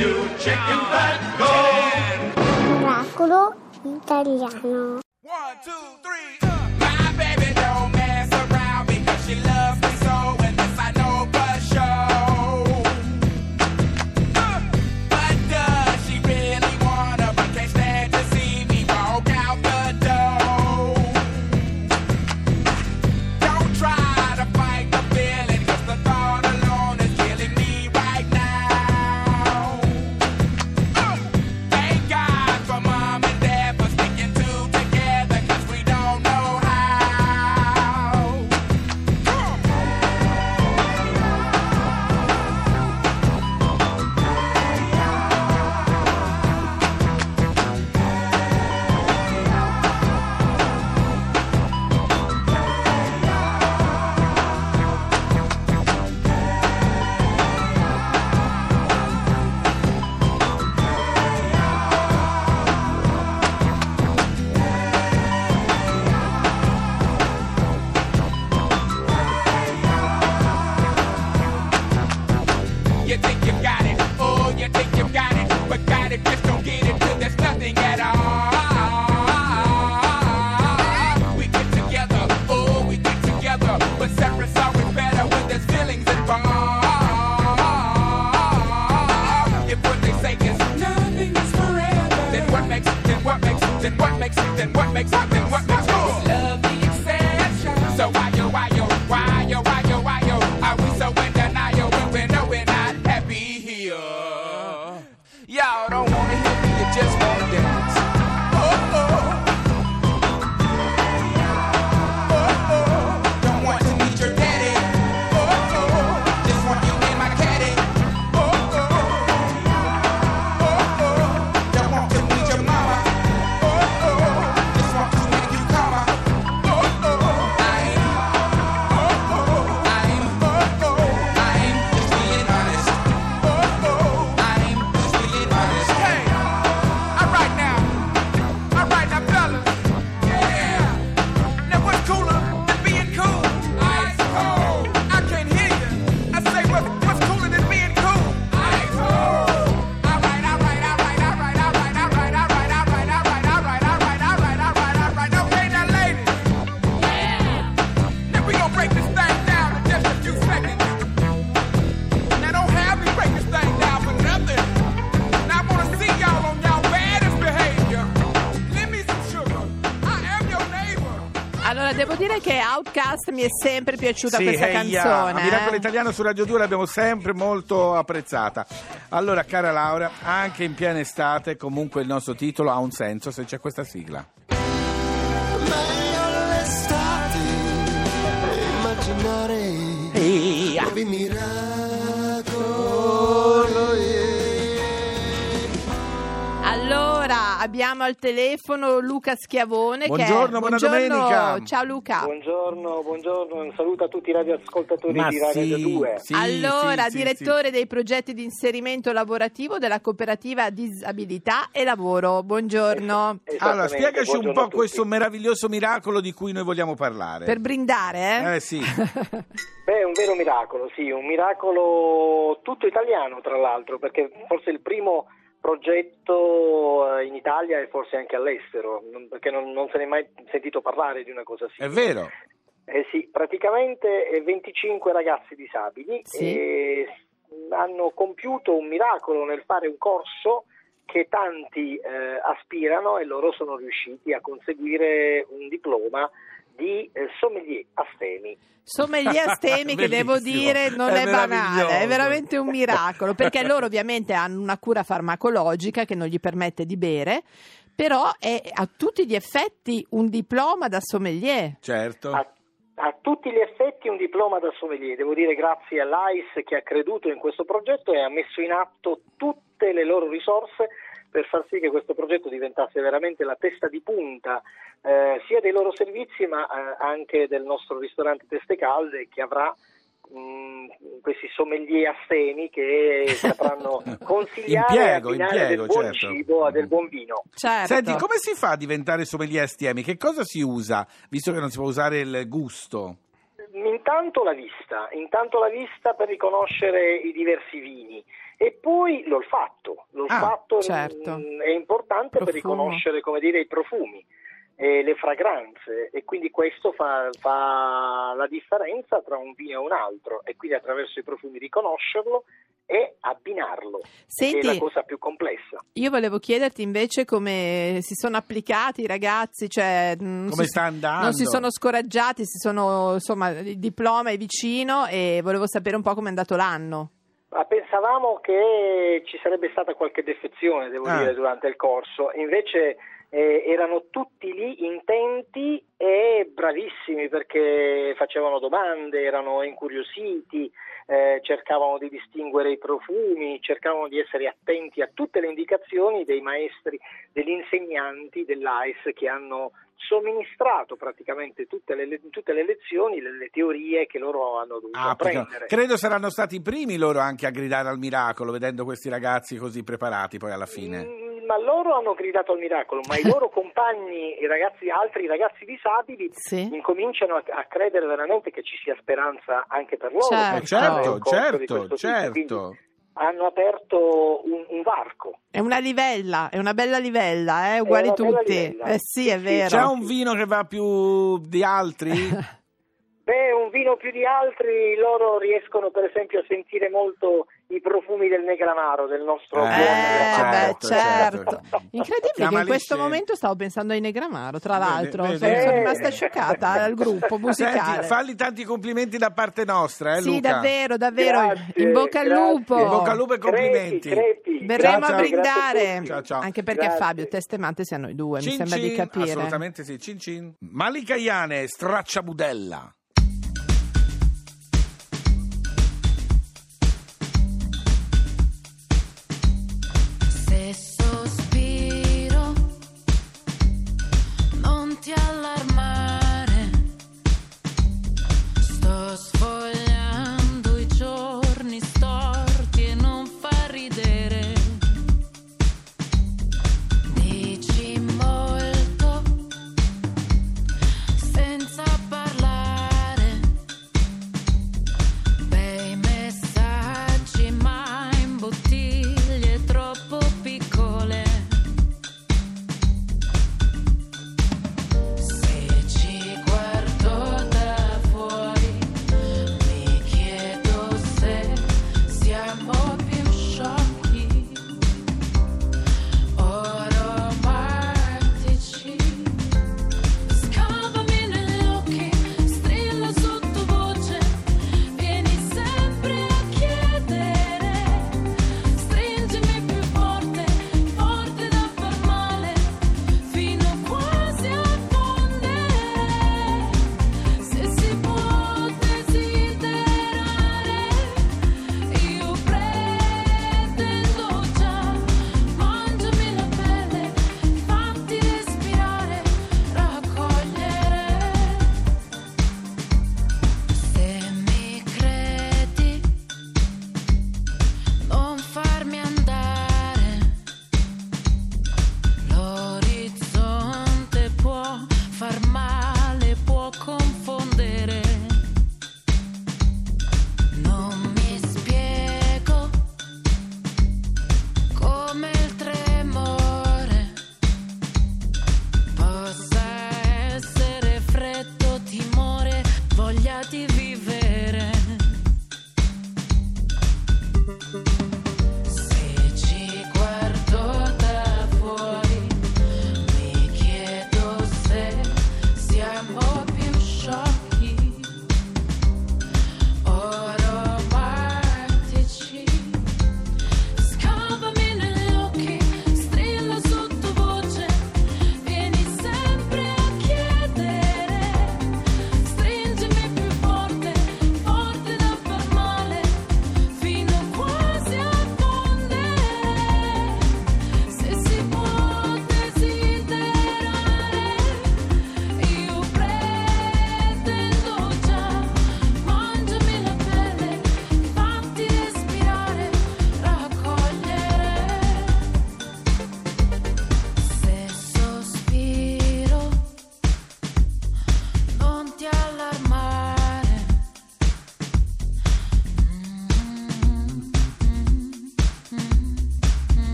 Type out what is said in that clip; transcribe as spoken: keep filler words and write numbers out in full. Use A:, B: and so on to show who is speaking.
A: you chicken fat, go.
B: Miracolo italiano.
C: One, two, three. My baby don't mess around because she loves me so, and this I know for sure. Uh, but does she really wanna, but can't stand to see me walk out the door? Don't try to fight the feeling, cause the thought alone is killing me right now. Uh, thank God for mom and dad for sticking two together, cause we don't know how. Come You think you got it, oh, you think you got it, but got it, just don't get it till there's nothing at all. We get together, oh, we get together, but separate's always better when there's feelings involved. If what they say is nothing is forever, then what makes, then what makes, then what makes, then what makes, then what makes us love the exception? So why yo, why yo, why yo, why yo, why yo, are we so in denial when we know we're not happy here? Y'all don't wanna hear me, you just wanna dance. Oh, oh. Oh, oh. Don't want to meet your daddy. Oh, oh. Just want you in my caddy. Oh, oh. Oh, oh. Don't want to meet your mama. Oh, oh. Just want to make you calmer. Oh, oh. I ain't. Oh, oh. I ain't. Oh, oh. I ain't just being honest. Oh, oh. I ain't just being honest. Hey, all right now. All right now, fellas. Yeah. Now what's cooler than being cool? Ice cold. I can't hear you. I say what, what's cooler than being cool? Ice cold. All right, all right, all right, all right, all right, all right, all right, all right, all right, all right, all right, all right, all right, all right. Okay, now, ladies. Yeah. Now we gonna break this thing down in just a few seconds. Now don't have me break this thing down for nothing. Now I wanna see y'all on y'all baddest behavior. Give me some sugar. I am your neighbor.
D: Allora, devo dire che Outcast mi è sempre piaciuta
E: Sì,
D: questa
E: hey, yeah.
D: canzone.
E: A Miracolo
D: eh.
E: Italiano su Radio due l'abbiamo sempre molto apprezzata. Allora, cara Laura, anche in piena estate comunque il nostro titolo ha un senso se c'è questa sigla.
F: Meglio l'estate, immaginare nuovi miracolo, yeah.
D: Allora, abbiamo al telefono Luca Schiavone.
E: Buongiorno,
D: che è...
E: buona
D: Buongiorno.
E: domenica.
D: Ciao Luca.
G: Buongiorno, buongiorno, un saluto a tutti i radioascoltatori
E: Ma
G: di Radio
E: sì,
G: due.
E: sì,
D: allora,
E: sì, sì,
D: direttore dei progetti di inserimento lavorativo della cooperativa Disabilità e Lavoro. Buongiorno.
E: sì. Allora, spiegaci un
G: buongiorno a
E: po'
G: tutti.
E: questo meraviglioso miracolo di cui noi vogliamo parlare.
D: Per brindare, eh?
E: Eh sì.
G: Beh, è un vero miracolo, sì, un miracolo tutto italiano tra l'altro, perché forse è il primo progetto in Italia e forse anche all'estero, non- perché non, non se ne è mai sentito parlare di una cosa
E: È
G: simile.
E: vero.
G: Eh sì, praticamente eh, venticinque ragazzi disabili
D: Sì.
G: eh, hanno compiuto un miracolo nel fare un corso che tanti eh, aspirano, e loro sono riusciti a conseguire un diploma di eh, sommelier astemi.
D: Sommelier astemi che devo
E: Bellissimo.
D: dire non
E: È
D: è, banale,
E: meraviglioso.
D: è veramente un miracolo, perché loro ovviamente hanno una cura farmacologica che non gli permette di bere, però è a tutti gli effetti un diploma da sommelier.
E: Certo.
G: A, a tutti gli effetti un diploma da sommelier, devo dire grazie all'A I S che ha creduto in questo progetto e ha messo in atto tutte le loro risorse per far sì che questo progetto diventasse veramente la testa di punta eh, sia dei loro servizi ma eh, anche del nostro ristorante Teste Calde, che avrà mh, questi sommelier astemi che sapranno consigliare
E: Impiego,
G: e abbinare
E: impiego,
G: del buon
E: certo.
G: cibo a del buon vino.
D: Certo.
E: Senti, come si fa a diventare sommelier astemi? Che cosa si usa, visto che non si può usare il gusto?
G: intanto la vista, intanto la vista per riconoscere i diversi vini e poi l'olfatto. L'olfatto
D: Ah, certo.
G: mh, è importante
D: Profumo.
G: per riconoscere, come dire, i profumi e le fragranze, e quindi questo fa, fa la differenza tra un vino e un altro, e quindi attraverso i profumi riconoscerlo e abbinarlo,
D: Senti,
G: che è la cosa più complessa.
D: io volevo chiederti invece come si sono applicati i ragazzi, cioè non
E: Come
D: si,
E: sta andando?
D: non si sono scoraggiati, si sono, insomma, il diploma è vicino e volevo sapere un po' come è andato l'anno.
G: Ma pensavamo che ci sarebbe stata qualche defezione, devo
E: Ah.
G: dire, durante il corso, invece eh, erano tutti lì intenti e bravissimi, perché facevano domande, erano incuriositi, eh, cercavano di distinguere i profumi, cercavano di essere attenti a tutte le indicazioni dei maestri, degli insegnanti dell'A I S che hanno somministrato praticamente tutte le, tutte le lezioni, le, le teorie che loro hanno dovuto
E: Ah, perché-
G: apprendere.
E: credo saranno stati i primi loro anche a gridare al miracolo, vedendo questi ragazzi così preparati poi alla fine.
G: Mm, Ma loro hanno gridato al miracolo, ma i loro compagni, i ragazzi, altri ragazzi disabili,
D: Sì.
G: incominciano a, a credere veramente che ci sia speranza anche per loro.
D: Certo.
G: per fare
E: Certo,
G: un corso di
E: certo,
G: questo tipo.
E: certo.
G: Quindi hanno aperto un, un varco.
D: È una livella, è una bella livella, eh, uguali
G: una bella
D: tutti.
G: livella.
D: Eh sì, è
G: Sì,
D: vero.
E: C'è un vino che va più di altri?
G: Beh, un vino più di altri, loro riescono per esempio a sentire molto i profumi del Negramaro, del nostro
E: Eh,
G: buon
D: Eh,
G: Negramaro.
D: beh,
E: certo,
D: certo.
E: certo.
D: Incredibile
E: Chiama
D: che in questo
E: Lisce.
D: momento stavo pensando ai Negramaro, tra
E: Vedi,
D: l'altro.
E: vedi.
D: Sono, sono
G: Eh.
D: rimasta scioccata al gruppo musicale.
E: Senti, falli tanti complimenti da parte nostra, eh,
D: Sì,
E: Luca?
D: davvero, davvero.
G: Grazie,
D: in bocca al
G: grazie.
D: lupo.
E: In bocca al lupo e complimenti.
G: Crepi, crepi.
D: Verremo
E: Ciao,
D: a
E: ciao.
D: brindare.
G: Grazie a tutti.
E: Ciao, ciao.
D: Anche perché
G: Grazie.
D: Fabio, testa e mante siamo noi due,
E: Cin
D: mi sembra
E: cin,
D: di capire.
E: assolutamente sì, cin cin. Malika Iane, stracciabudella.